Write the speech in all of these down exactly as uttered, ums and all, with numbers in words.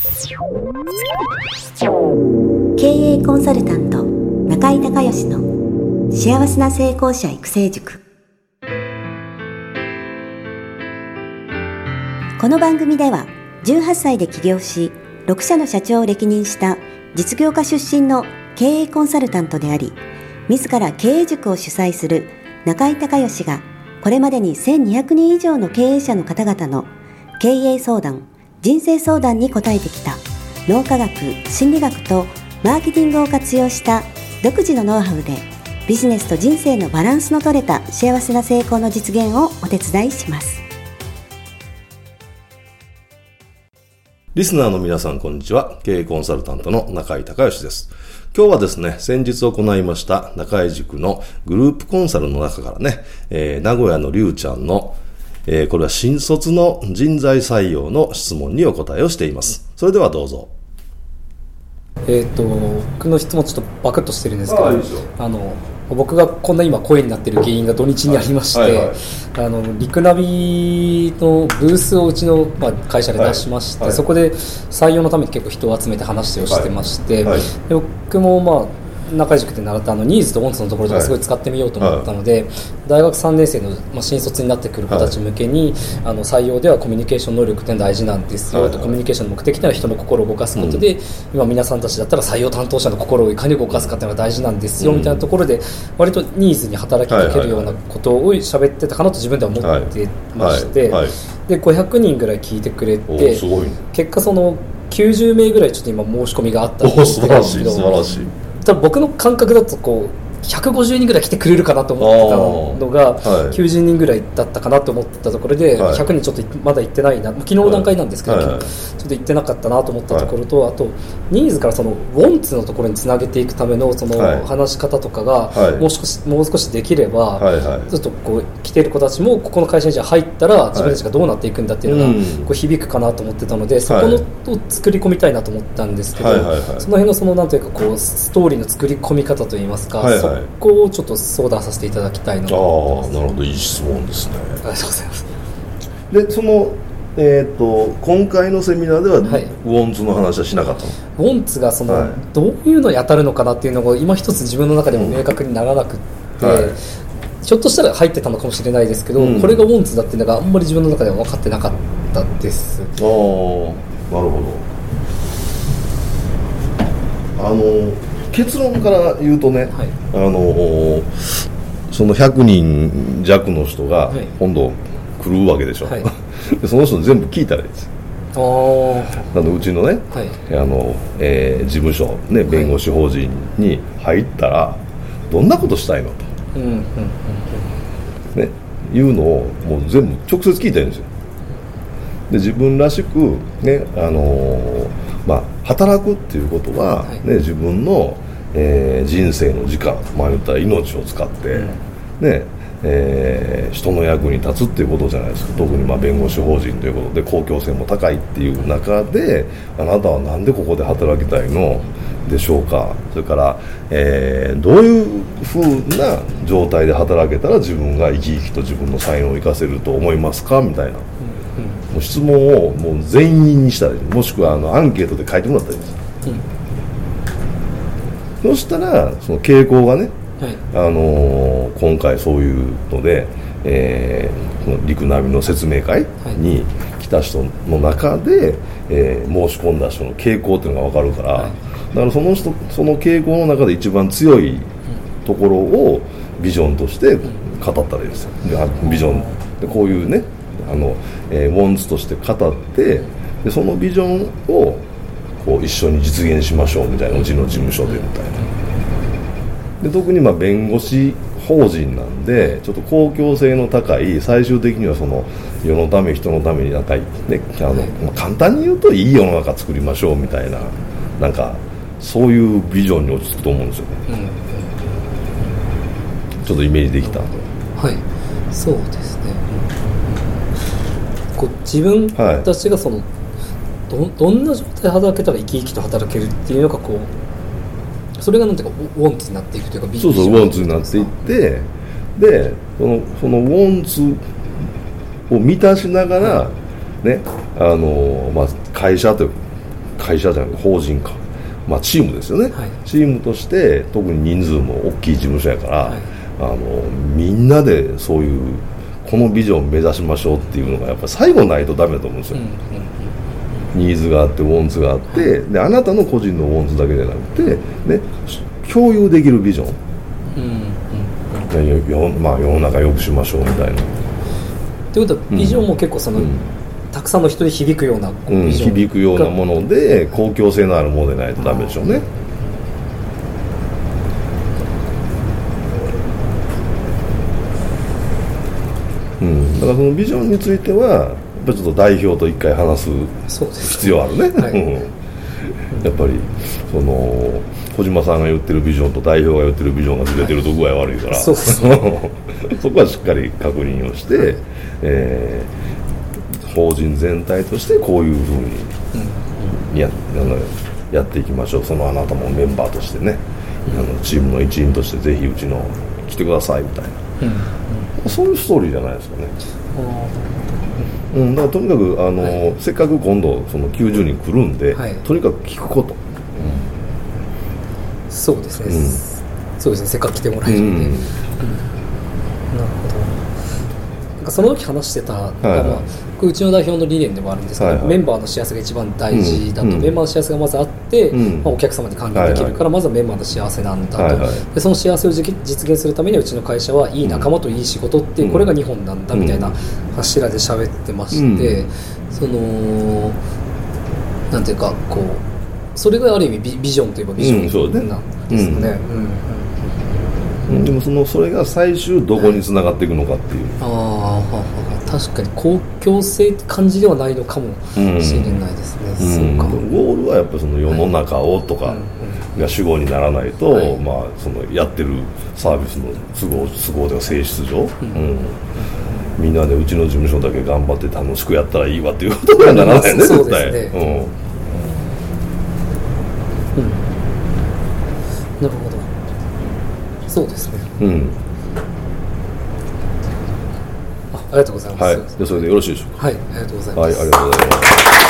経営コンサルタント中井孝義の幸せな成功者育成塾。この番組ではじゅうはっさいで起業しろくしゃの社長を歴任した実業家出身の経営コンサルタントであり、自ら経営塾を主催する中井孝義がこれまでにせんにひゃくにん以上の経営者の方々の経営相談、人生相談に応えてきた脳科学、心理学とマーケティングを活用した独自のノウハウでビジネスと人生のバランスの取れた幸せな成功の実現をお手伝いします。 リスナーの皆さん、こんにちは。経営コンサルタントの中井孝義です。今日はですね、先日行いました中井塾のグループコンサルの中からね、えー、名古屋のりゅうちゃんの、えー、これは新卒の人材採用の質問にお答えをしています。それではどうぞ。 えー、と僕の質問ちょっとバクッとしてるんですけど、 ああいいですよ。 あの僕がこんな今声になってる原因が土日にありまして、はいはいはい、あのリクナビのブースをうちの、まあ、会社で出しまして、はいはい、そこで採用のために結構人を集めて話をしてまして、はいはい、で僕もまあ中井塾で習ったあのニーズとウォンツのところとかすごい使ってみようと思ったので、はいはい、大学さんねん生の、まあ、新卒になってくる子たち向けに、はい、あの採用ではコミュニケーション能力って大事なんですよ、はいはい、とコミュニケーションの目的というのは人の心を動かすことで、うん、今皆さんたちだったら採用担当者の心をいかに動かすかというのが大事なんですよ、うん、みたいなところで割とニーズに働きかけるようなことを喋ってたかなと自分では思ってまして、はいはいはい、でごひゃくにんぐらい聞いてくれて、すごい、ね、結果そのきゅうじゅうめいぐらいちょっと今申し込みがあったんですけど、 素晴らしい素晴らしい。 多分僕の感覚だとこうひゃくごじゅうにんぐらい来てくれるかなと思ってたのが、はい、きゅうじゅうにんぐらいだったかなと思ったところで、はい、ひゃくにんちょっとまだ行ってないな、昨日の段階なんですけど、はいはい、ちょっと行ってなかったなと思ったところと、はい、あとニーズからそのウォンツのところにつなげていくためのその話し方とかがもう少し、もう少しできれば、はいはい、ちょっとこう来てる子たちもここの会社にじゃ入ったら自分たちがどうなっていくんだっていうのがこう響くかなと思ってたので、そこのを作り込みたいなと思ったんですけど、はいはいはい、その辺のそのなんというかこうストーリーの作り込み方といいますか、はいはい、そこをちょっと相談させていただきたいなと思います。 ああ、なるほど、いい質問ですね。 ありがとうございます。 で、その、えー、と今回のセミナーでは、はい、ウォンツの話はしなかったの？ ウォンツがその、はい、どういうのに当たるのかなっていうのが今一つ自分の中でも明確にならなくって、うんはい、ひょっとしたら入ってたのかもしれないですけど、うん、これがウォンツだっていうのがあんまり自分の中では分かってなかったです。ああ、なるほど。あの結論から言うとね、はい、あのそのひゃくにん弱の人が今度来るわけでしょ、はい、でその人全部聞いたらいいです。あなのでうちのね、はい、あのえー、事務所、ね、弁護士法人に入ったらどんなことしたいのと、うんうんうんうんね、いうのをもう全部直接聞いたらいいんですよ。で自分らしく、ね、あのーまあ、働くっていうことは、はいね、自分の、えー、人生の時間、まあ、言ったら命を使って、うんねえー、人の役に立つっていうことじゃないですか。特にまあ弁護士法人ということで公共性も高いっていう中で、あなたはなんでここで働きたいのでしょうか。それから、えー、どういうふうな状態で働けたら自分が生き生きと自分の才能を生かせると思いますかみたいな、もう質問をもう全員にしたり、もしくはあのアンケートで書いてもらったりです、うん、そしたらその傾向がね、はい、あのー、今回そういうので、えー、このリクナビの説明会に来た人の中で、えー、申し込んだ人の傾向っていうのが分かるから、はい、だからその人その傾向の中で一番強いところをビジョンとして語ったらいいですよ。ビジョンでこういうねあの、えー、ウォンツとして語ってでそのビジョンをこう一緒に実現しましょうみたいな、うちの事務所でみたいな。で特にまあ弁護士法人なんでちょっと公共性の高い、最終的にはその世のため人のためになんか、ね、あの、まあ、簡単に言うといい世の中作りましょうみたいな、なんかそういうビジョンに落ち着くと思うんですよね、うん、ちょっとイメージできた。 はいそうですね、うん、こう自分たちがその、はい、ど, どんな状態で働けたら生き生きと働けるっていうのがこうそれがなんていうかウォンツになっていくというか、ビジョンそうそうウォンツになっていって、でそのそのウォンツを満たしながら、はいねあのまあ、会社という会社じゃなくて法人か、まあ、チームですよね、はい、チームとして特に人数も大きい事務所やから、はい、あのみんなでそういうこのビジョンを目指しましょうっていうのがやっぱり最後ないとダメだと思うんですよ、うんうんうん、ニーズがあってウォンツがあって、はい、であなたの個人のウォンツだけじゃなくて、ね、共有できるビジョン、うんうんうん、まあ、世の中良くしましょうみたいな。 ということはビジョンも結構その、うん、たくさんの人に響くようなビジョン、 うん、響くようなもので公共性のあるものでないとダメでしょうね。うん、だからそのビジョンについてはやっぱりちょっと代表と一回話す必要あるね。はい、やっぱりその小島さんが言ってるビジョンと代表が言ってるビジョンがずれてると具合悪いから、はい、そうですね、そこはしっかり確認をして、はい、えー、法人全体としてこういうふうに や, やっていきましょう。そのあなたもメンバーとしてね、うん、あのチームの一員としてぜひうちの来てくださいみたいな、うん、そういうストーリーじゃないですかね。うん、だからとにかくあの、はい、せっかく今度そのきゅうじゅうにん来るんで、はい、とにかく聞くこと、うん、 そうですね、うん、そうですね、せっかく来てもらえるんで、うんうん、なるほど。なんかその時話してた、はいはい、まあ、うちの代表の理念でもあるんですけど、はいはい、メンバーの幸せが一番大事だと、うん、メンバーの幸せがまずあって、うん、まあ、お客様に還元できるから、はいはい、まずはメンバーの幸せなんだと、はいはい、でその幸せを実現するためにはうちの会社はいい仲間といい仕事っていう、うん、これが日本なんだみたいな柱で喋ってまして、うん、そのなんていうかこうそれがある意味 ビ, ビジョンといえばビジョンなんですかね。 でもそのそれが最終どこにつながっていくのかっていう、 はい、ああ確かに公共性って感じではないのかもしれないですね、うん、そうか、 ゴールはやっぱりその世の中をとかが主語にならないと、はい、まあ、そのやってるサービスの都合、都合では性質上、うんうん、みんなでうちの事務所だけ頑張って楽しくやったらいいわっていうことにはならないね、 そうですね、うんうん、なるほど、そうですね、うん、あ, ありがとうございます、 はい、でそれでよろしいでしょうか。 はい、ありがとうございます。 はい、ありがとうございます。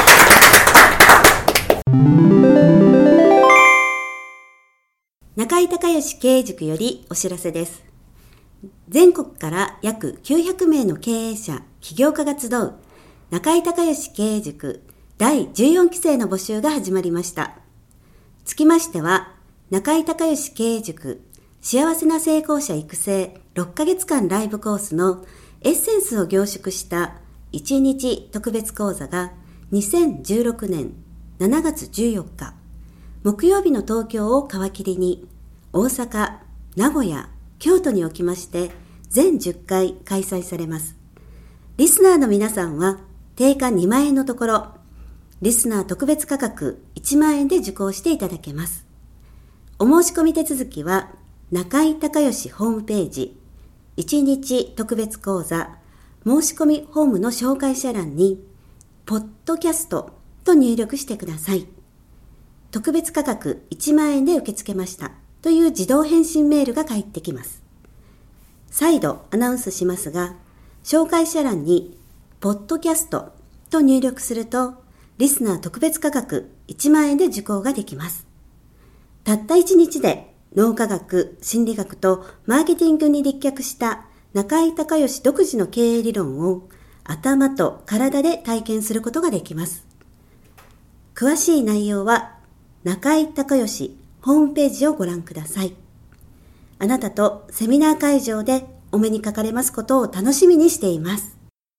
中井孝義経営塾よりお知らせです。全国から約きゅうひゃくめいの経営者、起業家が集う中井孝義経営塾だいじゅうよんきせいの募集が始まりました。つきましては、中井孝義経営塾幸せな成功者育成ろっかげつかんライブコースのエッセンスを凝縮したいちにち特別講座がにせんじゅうろくねんしちがつじゅうよっか木曜日の東京を皮切りに大阪、名古屋、京都におきまして全じゅっかい開催されます。リスナーの皆さんは定価にまんえんのところリスナー特別価格いちまんえんで受講していただけます。お申し込み手続きは中井孝義ホームページいちにち特別講座申し込みフォームの紹介者欄にポッドキャストと入力してください。特別価格いちまんえんで受け付けましたという自動返信メールが返ってきます。再度アナウンスしますが、紹介者欄にポッドキャストと入力するとリスナー特別価格いちまんえんで受講ができます。たったいちにちで脳科学、心理学とマーケティングに立脚した中井孝義独自の経営理論を頭と体で体験することができます。詳しい内容は中井孝義ホームページをご覧ください。あなたとセミナー会場でお目にかかれますことを楽しみにしています。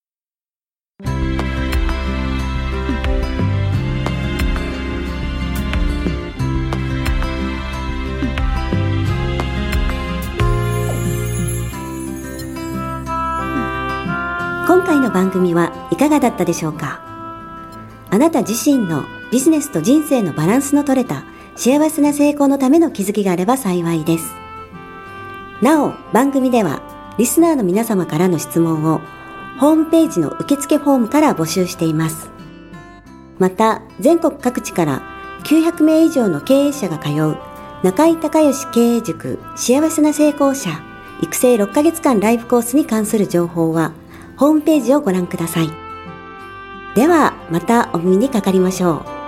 今回の番組はいかがだったでしょうか。あなた自身のビジネスと人生のバランスの取れた幸せな成功のための気づきがあれば幸いです。なお、番組ではリスナーの皆様からの質問をホームページの受付フォームから募集しています。また、全国各地からきゅうひゃくめい以上の経営者が通う中井孝義経営塾幸せな成功者育成ろっかげつかんライブコースに関する情報はホームページをご覧ください。ではまたお耳にかかりましょう。